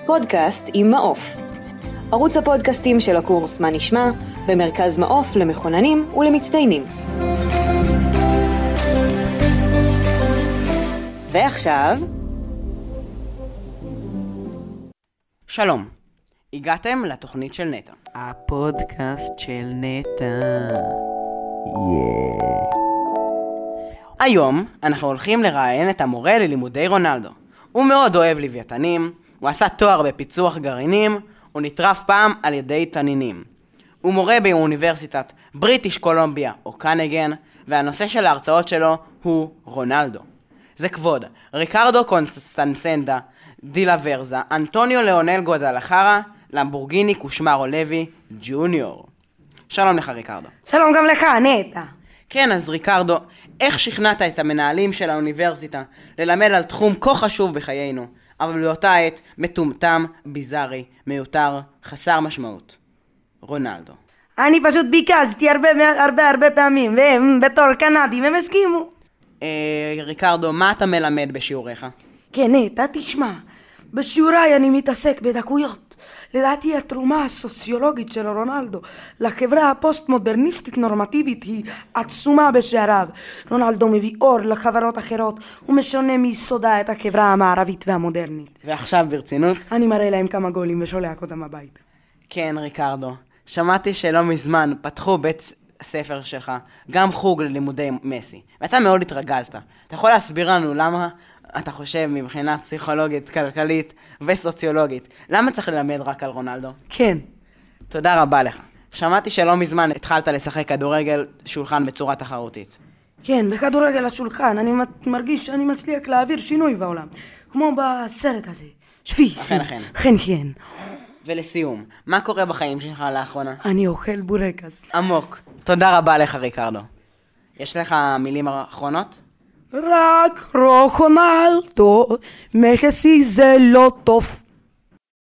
פודקאסט עם מעוף. ערוץ הפודקאסטים של הקורס מה נשמע במרכז מעוף למכוננים ולמצטיינים. ועכשיו שלום, הגעתם לתוכנית של נטע. הפודקאסט של נטע. היום אנחנו הולכים לראיין את המורה ללימודי רונלדו. הוא מאוד אוהב לוויתנים, הוא עשה תואר בפיצוח גרעינים, הוא נטרף פעם על ידי תנינים. הוא מורה באוניברסיטת בריטיש קולומביה או קנגן, והנושא של ההרצאות שלו הוא רונלדו. זה כבוד ריקרדו קונסטנסנדה דילה ורזה, אנטוניו ליאונל גואדלחרה, למבורגיני קושמרו לוי ג'וניור. שלום לך ריקרדו. שלום גם לך, נטע. כן, אז ריקרדו, איך שכנעת את המנהלים של האוניברסיטה ללמד על תחום כה חשוב בחיינו, אבל באותה עת מטומטם, ביזארי, מיותר, חסר משמעות? רונלדו. אני פשוט ביקשתי הרבה פעמים, והם בתור קנדים הם הסכימו. ריקרדו, מה אתה מלמד בשיעוריך? כן, נטע, תשמע, בשיעוריי אני מתעסק בדקויות. לדעתי התרומה הסוציולוגית של רונלדו לחברה הפוסט-מודרניסטית נורמטיבית היא עצומה בשעריו. רונלדו מביא אור לחברות אחרות ומשנה מיסודה את החברה המערבית והמודרנית. ועכשיו ברצינות? אני מראה להם כמה גולים ושולח אותם הביתה. כן, ריקרדו, שמעתי שלא מזמן פתחו בית ספר שלך גם חוג ללימודי מסי, ואתה מאוד התרגזת. אתה יכול להסביר לנו למה אתה חושב מבחינה פסיכולוגית, כלכלית וסוציולוגית, למה צריך ללמד רק על רונלדו? כן. תודה רבה לך. שמעתי שלא מזמן התחלת לשחק כדורגל שולחן בצורה תחרותית. כן, בכדורגל השולחן אני מרגיש שאני מצליח להעביר שינוי בעולם, כמו בסרט הזה. שפיס. אכן. כן. ולסיום, מה קורה בחיים שלך לאחרונה? אני אוכל בורקס. עמוק. תודה רבה לך ריקרדו. יש לך מילים אחרונות? רק רונלדו, מסי זה לא טוב.